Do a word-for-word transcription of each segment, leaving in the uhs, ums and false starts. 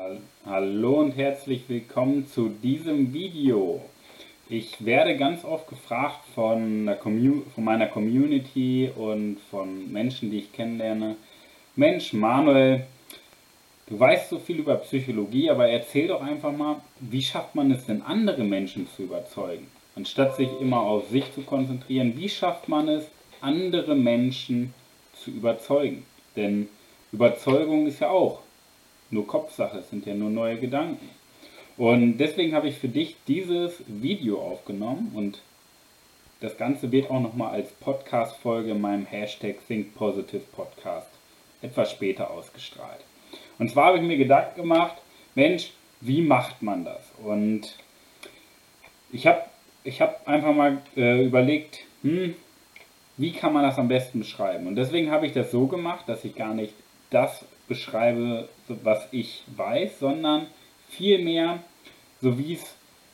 Hall- Hallo und herzlich willkommen zu diesem Video. Ich werde ganz oft gefragt von, der Commu von meiner Community und von Menschen, die ich kennenlerne: Mensch, Manuel, du weißt so viel über Psychologie, aber erzähl doch einfach mal, wie schafft man es denn, andere Menschen zu überzeugen? Anstatt sich immer auf sich zu konzentrieren, wie schafft man es, andere Menschen zu überzeugen? Denn Überzeugung ist ja auch nur Kopfsache, es sind ja nur neue Gedanken. Und deswegen habe ich für dich dieses Video aufgenommen und das Ganze wird auch nochmal als Podcast-Folge in meinem Hashtag Think Positive Podcast etwas später ausgestrahlt. Und zwar habe ich mir Gedanken gemacht: Mensch, wie macht man das? Und ich habe ich hab einfach mal äh, überlegt, hm, wie kann man das am besten beschreiben? Und deswegen habe ich das so gemacht, dass ich gar nicht das beschreibe, was ich weiß, sondern vielmehr, so wie es,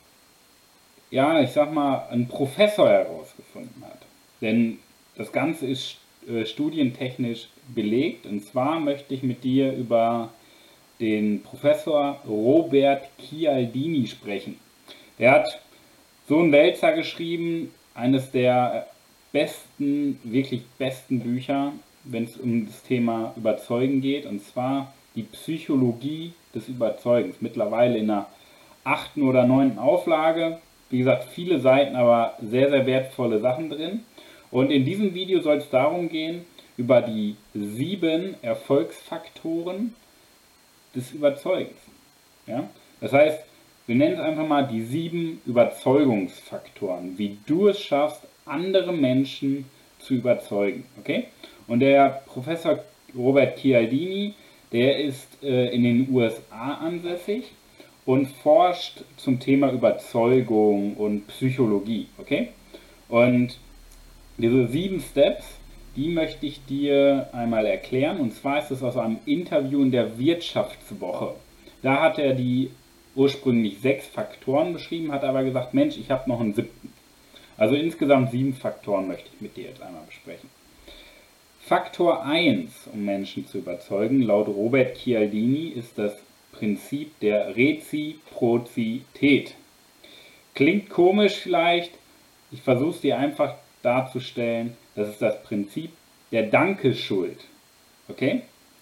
ja, ich sag mal, ein Professor herausgefunden hat. Denn das Ganze ist äh, studientechnisch belegt. Und zwar möchte ich mit dir über den Professor Robert Cialdini sprechen. Der hat so einen Wälzer geschrieben, eines der besten, wirklich besten Bücher, wenn es um das Thema Überzeugen geht, und zwar die Psychologie des Überzeugens. Mittlerweile in der achten oder neunten Auflage. Wie gesagt, viele Seiten, aber sehr, sehr wertvolle Sachen drin. Und in diesem Video soll es darum gehen, über die sieben Erfolgsfaktoren des Überzeugens. Ja? Das heißt, wir nennen es einfach mal die sieben Überzeugungsfaktoren, wie du es schaffst, andere Menschen zu überzeugen. Okay? Und der Professor Robert Cialdini, der ist äh, in den U S A ansässig und forscht zum Thema Überzeugung und Psychologie. Okay? Und diese sieben Steps, die möchte ich dir einmal erklären. Und zwar ist es aus einem Interview in der Wirtschaftswoche. Da hat er die ursprünglich sechs Faktoren beschrieben, hat aber gesagt: Mensch, ich habe noch einen siebten. Also insgesamt sieben Faktoren möchte ich mit dir jetzt einmal besprechen. Faktor eins, um Menschen zu überzeugen, laut Robert Cialdini, ist das Prinzip der Reziprozität. Klingt komisch vielleicht, ich versuche es dir einfach darzustellen. Das ist das Prinzip der Dankeschuld. Okay?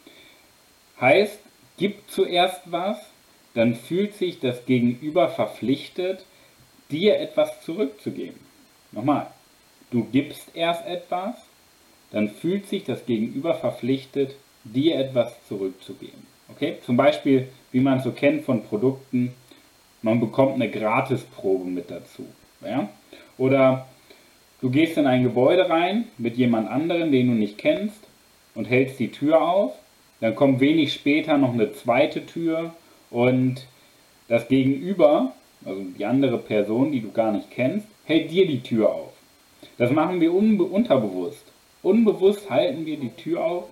Heißt, gib zuerst was, dann fühlt sich das Gegenüber verpflichtet, dir etwas zurückzugeben. Nochmal, du gibst erst etwas, dann fühlt sich das Gegenüber verpflichtet, dir etwas zurückzugeben. Okay? Zum Beispiel, wie man es so kennt von Produkten, man bekommt eine Gratisprobe mit dazu. Ja? Oder du gehst in ein Gebäude rein mit jemand anderem, den du nicht kennst, und hältst die Tür auf. Dann kommt wenig später noch eine zweite Tür und das Gegenüber, also die andere Person, die du gar nicht kennst, hält dir die Tür auf. Das machen wir unbe unterbewusst. Unbewusst halten wir die Tür auf.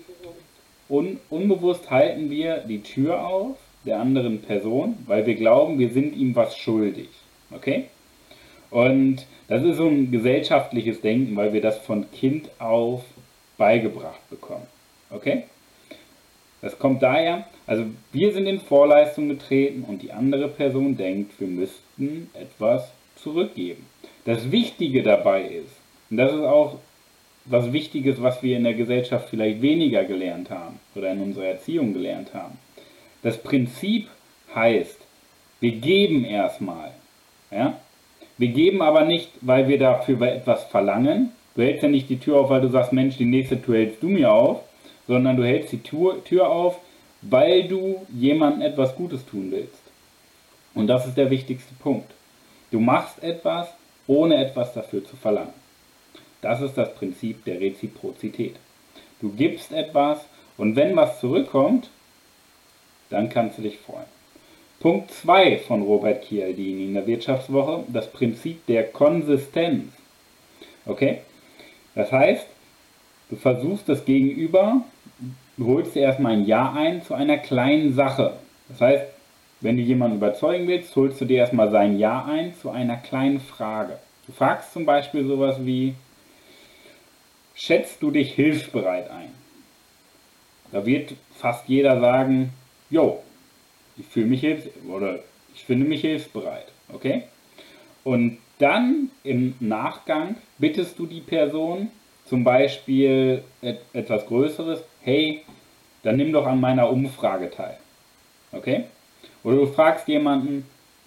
Un unbewusst halten wir die Tür auf der anderen Person, weil wir glauben, wir sind ihm was schuldig. Okay? Und das ist so ein gesellschaftliches Denken, weil wir das von Kind auf beigebracht bekommen. Okay? Das kommt daher, also wir sind in Vorleistung getreten und die andere Person denkt, wir müssten etwas zurückgeben. Das Wichtige dabei ist, und das ist auch was Wichtiges, was wir in der Gesellschaft vielleicht weniger gelernt haben oder in unserer Erziehung gelernt haben. Das Prinzip heißt, wir geben erstmal. Ja? Wir geben aber nicht, weil wir dafür etwas verlangen. Du hältst ja nicht die Tür auf, weil du sagst: Mensch, die nächste Tür hältst du mir auf, sondern du hältst die Tür, Tür auf, weil du jemandem etwas Gutes tun willst. Und das ist der wichtigste Punkt. Du machst etwas, ohne etwas dafür zu verlangen. Das ist das Prinzip der Reziprozität. Du gibst etwas und wenn was zurückkommt, dann kannst du dich freuen. Punkt zwei von Robert Cialdini in der Wirtschaftswoche, das Prinzip der Konsistenz. Okay? Das heißt, du versuchst das Gegenüber, du holst dir erstmal ein Ja ein zu einer kleinen Sache. Das heißt, wenn du jemanden überzeugen willst, holst du dir erstmal sein Ja ein zu einer kleinen Frage. Du fragst zum Beispiel sowas wie: Schätzt du dich hilfsbereit ein? Da wird fast jeder sagen: Jo, ich fühle mich hilfs oder ich finde mich hilfsbereit, okay? Und dann im Nachgang bittest du die Person, zum Beispiel et etwas Größeres, hey, dann nimm doch an meiner Umfrage teil, okay? Oder du fragst jemanden,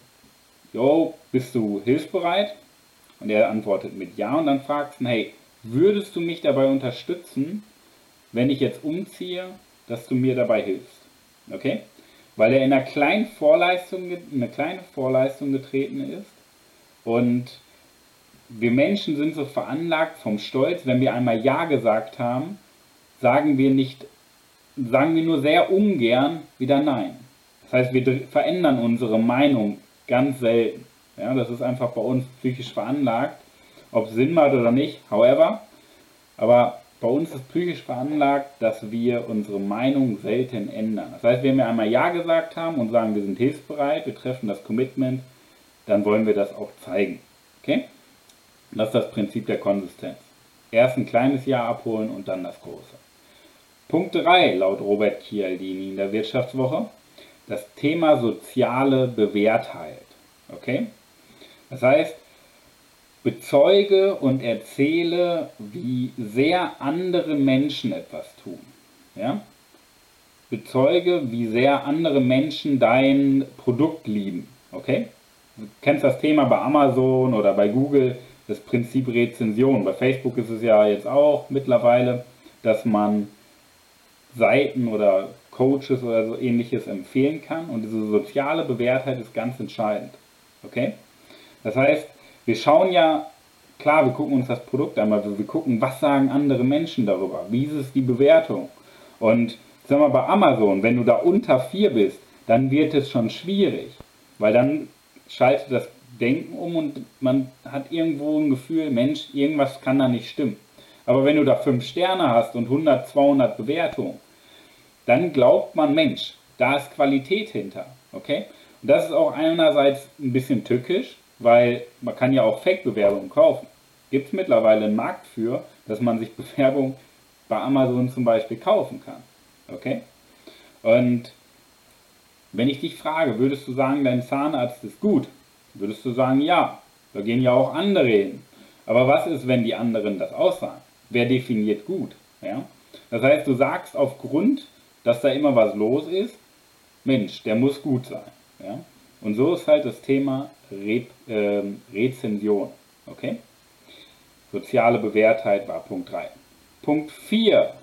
jo, bist du hilfsbereit? Und er antwortet mit ja und dann fragst du, hey, würdest du mich dabei unterstützen, wenn ich jetzt umziehe, dass du mir dabei hilfst? Okay? Weil er in einer kleinen Vorleistung, in eine kleine Vorleistung getreten ist und wir Menschen sind so veranlagt vom Stolz, wenn wir einmal ja gesagt haben, sagen wir nicht, sagen wir nur sehr ungern wieder nein. Das heißt, wir verändern unsere Meinung ganz selten. Ja, das ist einfach bei uns psychisch veranlagt, ob es Sinn macht oder nicht, however, aber bei uns ist psychisch veranlagt, dass wir unsere Meinung selten ändern. Das heißt, wenn wir einmal Ja gesagt haben und sagen, wir sind hilfsbereit, wir treffen das Commitment, dann wollen wir das auch zeigen. Okay? Das ist das Prinzip der Konsistenz. Erst ein kleines Ja abholen und dann das große. Punkt drei laut Robert Cialdini in der Wirtschaftswoche, das Thema soziale Bewährtheit. Okay? Das heißt, bezeuge und erzähle, wie sehr andere Menschen etwas tun. Ja? Bezeuge, wie sehr andere Menschen dein Produkt lieben. Okay? Du kennst das Thema bei Amazon oder bei Google, das Prinzip Rezension. Bei Facebook ist es ja jetzt auch mittlerweile, dass man Seiten oder Coaches oder so ähnliches empfehlen kann. Und diese soziale Bewährtheit ist ganz entscheidend. Okay? Das heißt, wir schauen ja, klar, wir gucken uns das Produkt an, aber wir gucken, was sagen andere Menschen darüber, wie ist es die Bewertung. Und sag mal, bei Amazon, wenn du da unter vier bist, dann wird es schon schwierig, weil dann schaltet das Denken um und man hat irgendwo ein Gefühl, Mensch, irgendwas kann da nicht stimmen. Aber wenn du da fünf Sterne hast und hundert, zweihundert Bewertungen, dann glaubt man, Mensch, da ist Qualität hinter. Okay? Und das ist auch einerseits ein bisschen tückisch, weil man kann ja auch Fake-Bewerbungen kaufen. Gibt es mittlerweile einen Markt für, dass man sich Bewerbungen bei Amazon zum Beispiel kaufen kann. Okay? Und wenn ich dich frage, würdest du sagen, dein Zahnarzt ist gut? Würdest du sagen, ja, da gehen ja auch andere hin. Aber was ist, wenn die anderen das aussagen? Wer definiert gut? Ja? Das heißt, du sagst aufgrund, dass da immer was los ist, Mensch, der muss gut sein. Ja? Und so ist halt das Thema Re äh, Rezension. Okay? Soziale Bewährtheit war Punkt drei. Punkt vier.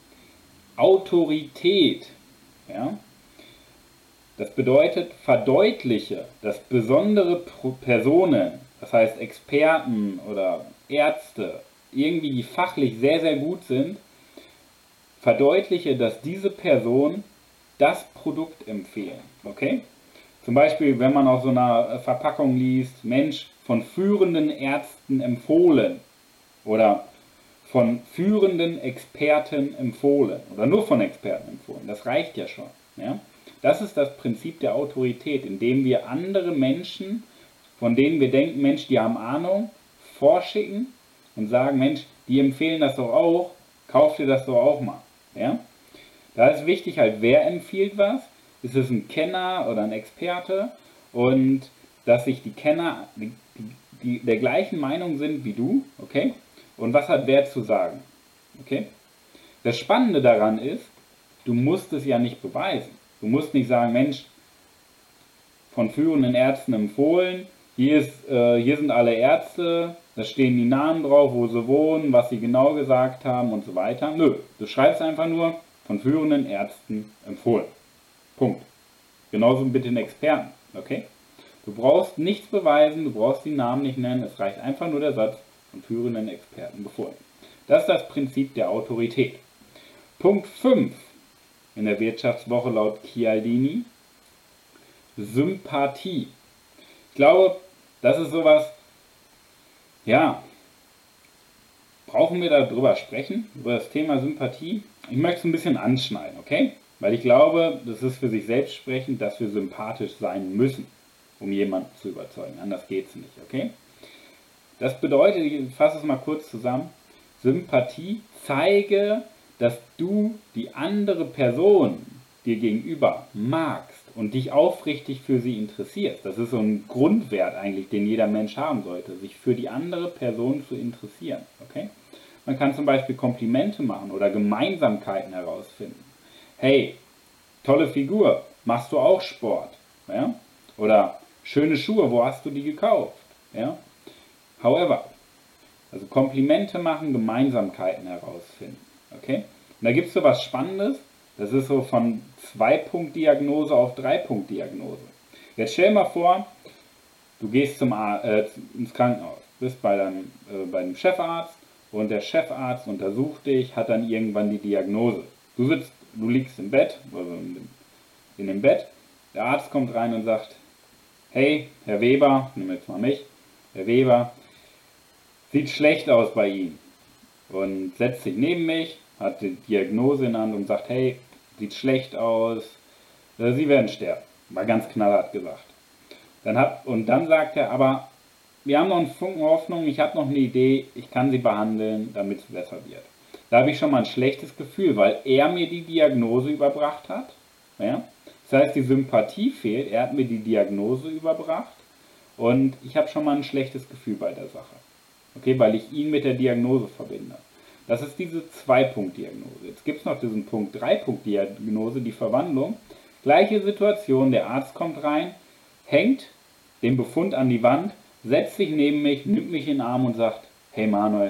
Autorität. Ja? Das bedeutet, verdeutliche, dass besondere Personen, das heißt Experten oder Ärzte, irgendwie die fachlich sehr, sehr gut sind, verdeutliche, dass diese Person das Produkt empfehlen. Okay? Zum Beispiel, wenn man auf so einer Verpackung liest, Mensch, von führenden Ärzten empfohlen oder von führenden Experten empfohlen oder nur von Experten empfohlen, das reicht ja schon. Ja? Das ist das Prinzip der Autorität, indem wir andere Menschen, von denen wir denken, Mensch, die haben Ahnung, vorschicken und sagen, Mensch, die empfehlen das doch auch, kauf dir das doch auch mal. Ja? Da ist wichtig halt, wer empfiehlt was, ist es ein Kenner oder ein Experte und dass sich die Kenner die, die, der gleichen Meinung sind wie du, okay? Und was hat wer zu sagen, okay? Das Spannende daran ist, du musst es ja nicht beweisen. Du musst nicht sagen, Mensch, von führenden Ärzten empfohlen, hier, ist, äh, hier sind alle Ärzte, da stehen die Namen drauf, wo sie wohnen, was sie genau gesagt haben und so weiter. Nö, du schreibst einfach nur, von führenden Ärzten empfohlen. Punkt. Genauso mit den Experten, okay? Du brauchst nichts beweisen, du brauchst die Namen nicht nennen, es reicht einfach nur der Satz, von führenden Experten befohlen. Das ist das Prinzip der Autorität. Punkt fünf in der Wirtschaftswoche laut Cialdini, Sympathie. Ich glaube, das ist sowas, ja, brauchen wir darüber sprechen, über das Thema Sympathie? Ich möchte es ein bisschen anschneiden, okay? Weil ich glaube, das ist für sich selbst sprechend, dass wir sympathisch sein müssen, um jemanden zu überzeugen. Anders geht es nicht, okay? Das bedeutet, ich fasse es mal kurz zusammen, Sympathie, zeige, dass du die andere Person dir gegenüber magst und dich aufrichtig für sie interessierst, das ist so ein Grundwert eigentlich, den jeder Mensch haben sollte, sich für die andere Person zu interessieren. Okay? Man kann zum Beispiel Komplimente machen oder Gemeinsamkeiten herausfinden. Hey, tolle Figur, machst du auch Sport? Ja? Oder schöne Schuhe, wo hast du die gekauft? Ja? However, also Komplimente machen, Gemeinsamkeiten herausfinden. Okay? Und da gibt es so was Spannendes, das ist so von Zwei-Punkt-Diagnose auf Drei-Punkt-Diagnose. Jetzt stell dir mal vor, du gehst zum Ar äh, ins Krankenhaus, bist bei deinem, äh, bei dem Chefarzt und der Chefarzt untersucht dich, hat dann irgendwann die Diagnose. Du sitzt, du liegst im Bett, also in dem, in dem Bett, der Arzt kommt rein und sagt, hey, Herr Weber, nimm jetzt mal mich, Herr Weber, sieht schlecht aus bei Ihnen. Und setzt sich neben mich, hat die Diagnose in der Hand und sagt, hey, sieht schlecht aus, Sie werden sterben. Mal ganz knallhart gesagt. Dann hat, und dann sagt er, aber wir haben noch einen Funken Hoffnung, ich habe noch eine Idee, ich kann Sie behandeln, damit es besser wird. Da habe ich schon mal ein schlechtes Gefühl, weil er mir die Diagnose überbracht hat. Ja? Das heißt, die Sympathie fehlt, er hat mir die Diagnose überbracht und ich habe schon mal ein schlechtes Gefühl bei der Sache. Okay, weil ich ihn mit der Diagnose verbinde. Das ist diese Zwei-Punkt-Diagnose. Jetzt gibt es noch diesen Punkt Drei-Punkt-Diagnose, die Verwandlung. Gleiche Situation, der Arzt kommt rein, hängt den Befund an die Wand, setzt sich neben mich, nimmt mich in den Arm und sagt, hey Manuel,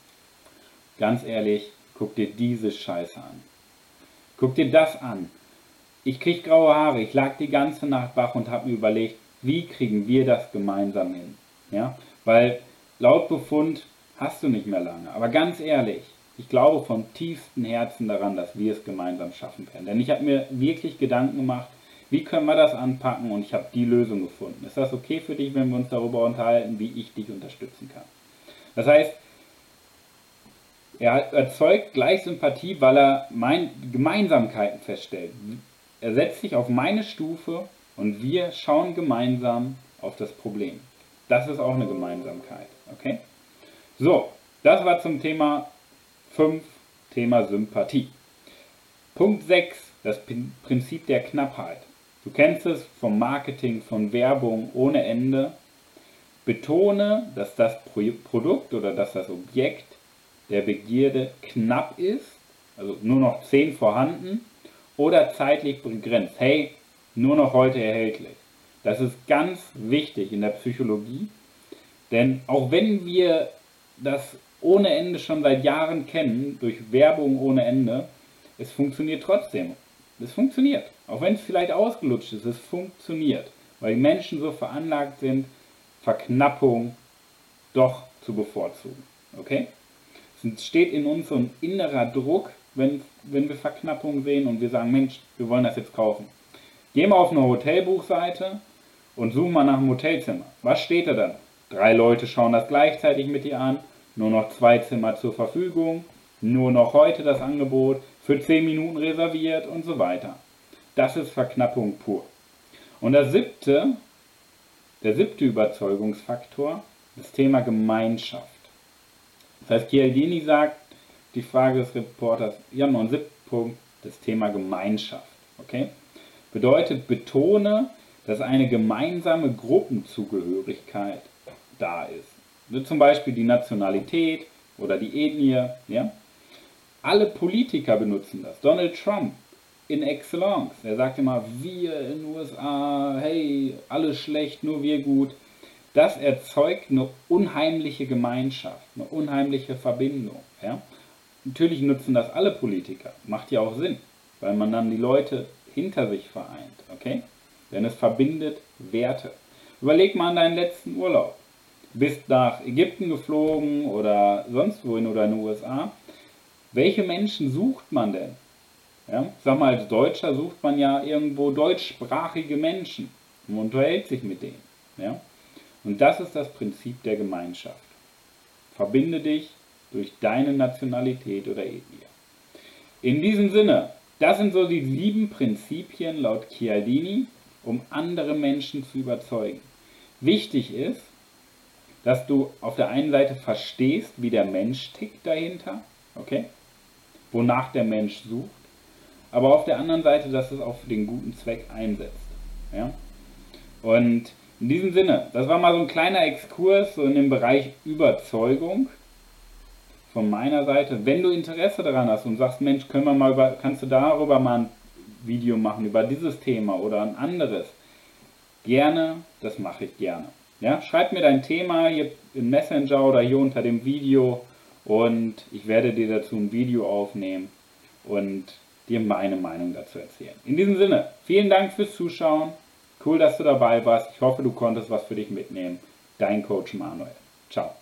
ganz ehrlich, guck dir diese Scheiße an. Guck dir das an. Ich krieg graue Haare, ich lag die ganze Nacht wach und habe mir überlegt, wie kriegen wir das gemeinsam hin? Ja? Weil laut Befund hast du nicht mehr lange. Aber ganz ehrlich, ich glaube von tiefstem Herzen daran, dass wir es gemeinsam schaffen werden. Denn ich habe mir wirklich Gedanken gemacht, wie können wir das anpacken und ich habe die Lösung gefunden. Ist das okay für dich, wenn wir uns darüber unterhalten, wie ich dich unterstützen kann? Das heißt, er erzeugt gleich Sympathie, weil er mein, Gemeinsamkeiten feststellt. Er setzt sich auf meine Stufe und wir schauen gemeinsam auf das Problem. Das ist auch eine Gemeinsamkeit. Okay? So, das war zum Thema fünf, Thema Sympathie. Punkt sechs, das Prinzip der Knappheit. Du kennst es vom Marketing, von Werbung ohne Ende. Betone, dass das Produkt oder dass das Objekt der Begierde knapp ist, also nur noch zehn vorhanden oder zeitlich begrenzt. Hey, nur noch heute erhältlich. Das ist ganz wichtig in der Psychologie, denn auch wenn wir das ohne Ende schon seit Jahren kennen, durch Werbung ohne Ende, es funktioniert trotzdem. Es funktioniert. Auch wenn es vielleicht ausgelutscht ist, es funktioniert. Weil die Menschen so veranlagt sind, Verknappung doch zu bevorzugen. Okay? Es steht in uns so ein innerer Druck, wenn, wenn wir Verknappung sehen und wir sagen, Mensch, wir wollen das jetzt kaufen. Geh mal auf eine Hotelbuchseite und such mal nach einem Hotelzimmer. Was steht da dann? Drei Leute schauen das gleichzeitig mit dir an, nur noch zwei Zimmer zur Verfügung, nur noch heute das Angebot, für zehn Minuten reserviert und so weiter. Das ist Verknappung pur. Und das siebte, der siebte Überzeugungsfaktor, das Thema Gemeinschaft. Das heißt, Cialdini sagt, die Frage des Reporters, ja, noch ein siebter Punkt, das Thema Gemeinschaft. Okay? Bedeutet, betone, dass eine gemeinsame Gruppenzugehörigkeit da ist. Zum Beispiel die Nationalität oder die Ethnie. Ja? Alle Politiker benutzen das. Donald Trump in Excellence. Er sagt immer, wir in den U S A, hey, alles schlecht, nur wir gut. Das erzeugt eine unheimliche Gemeinschaft, eine unheimliche Verbindung. Ja? Natürlich nutzen das alle Politiker. Macht ja auch Sinn, weil man dann die Leute hinter sich vereint. Okay? Denn es verbindet Werte. Überleg mal an deinen letzten Urlaub. Du bist nach Ägypten geflogen oder sonst wohin oder in den U S A. Welche Menschen sucht man denn? Ja? Sag mal, als Deutscher sucht man ja irgendwo deutschsprachige Menschen und unterhält sich mit denen. Ja? Und das ist das Prinzip der Gemeinschaft. Verbinde dich durch deine Nationalität oder Ethnie. In diesem Sinne, das sind so die sieben Prinzipien laut Cialdini, um andere Menschen zu überzeugen. Wichtig ist, dass du auf der einen Seite verstehst, wie der Mensch tickt dahinter, okay? Wonach der Mensch sucht, aber auf der anderen Seite, dass es auch für den guten Zweck einsetzt. Ja? Und in diesem Sinne, das war mal so ein kleiner Exkurs so in dem Bereich Überzeugung von meiner Seite. Wenn du Interesse daran hast und sagst, Mensch, können wir mal über, kannst du darüber mal ein Video machen, über dieses Thema oder ein anderes, gerne, das mache ich gerne. Ja? Schreib mir dein Thema hier im Messenger oder hier unter dem Video und ich werde dir dazu ein Video aufnehmen und dir meine Meinung dazu erzählen. In diesem Sinne, vielen Dank fürs Zuschauen. Cool, dass du dabei warst. Ich hoffe, du konntest was für dich mitnehmen. Dein Coach Manuel. Ciao.